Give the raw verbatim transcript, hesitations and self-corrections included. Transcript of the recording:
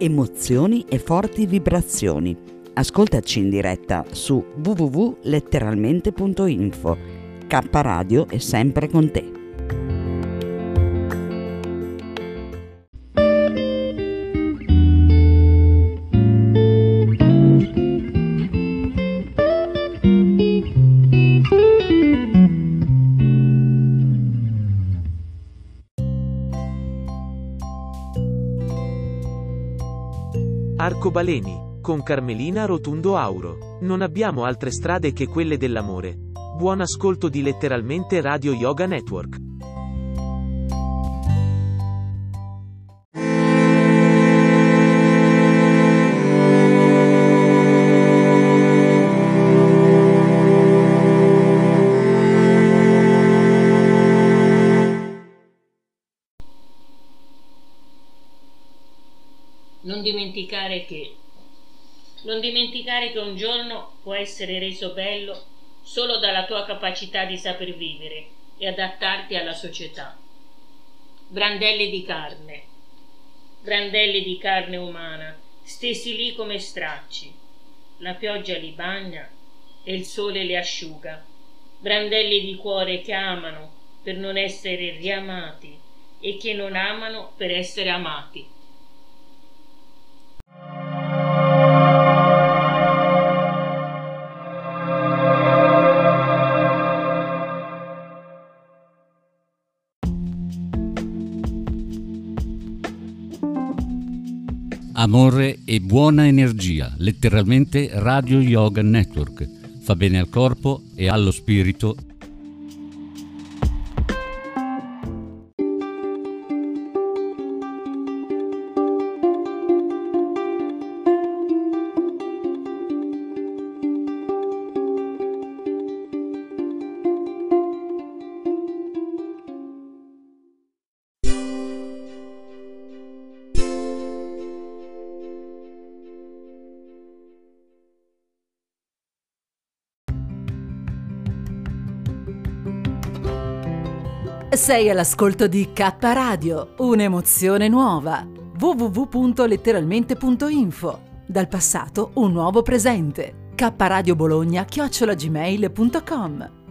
emozioni e forti vibrazioni. Ascoltaci in diretta su w w w punto letteralmente punto info. K Radio è sempre con te. Arcobaleni, con Carmelina Rotundo Auro. Non abbiamo altre strade che quelle dell'amore. Buon ascolto di Letteralmente Radio Yoga Network. Non dimenticare che non dimenticare che un giorno può essere reso bello solo dalla tua capacità di saper vivere e adattarti alla società. Brandelli di carne, brandelli di carne umana, stesi lì come stracci. La pioggia li bagna e il sole li asciuga. Brandelli di cuore che amano per non essere riamati e che non amano per essere amati. Amore e buona energia, letteralmente Radio Yoga Network. Fa bene al corpo e allo spirito. Sei all'ascolto di K Radio, un'emozione nuova. w w w punto letteralmente punto info. Dal passato un nuovo presente. K Radio Bologna chiocciola gmail punto com.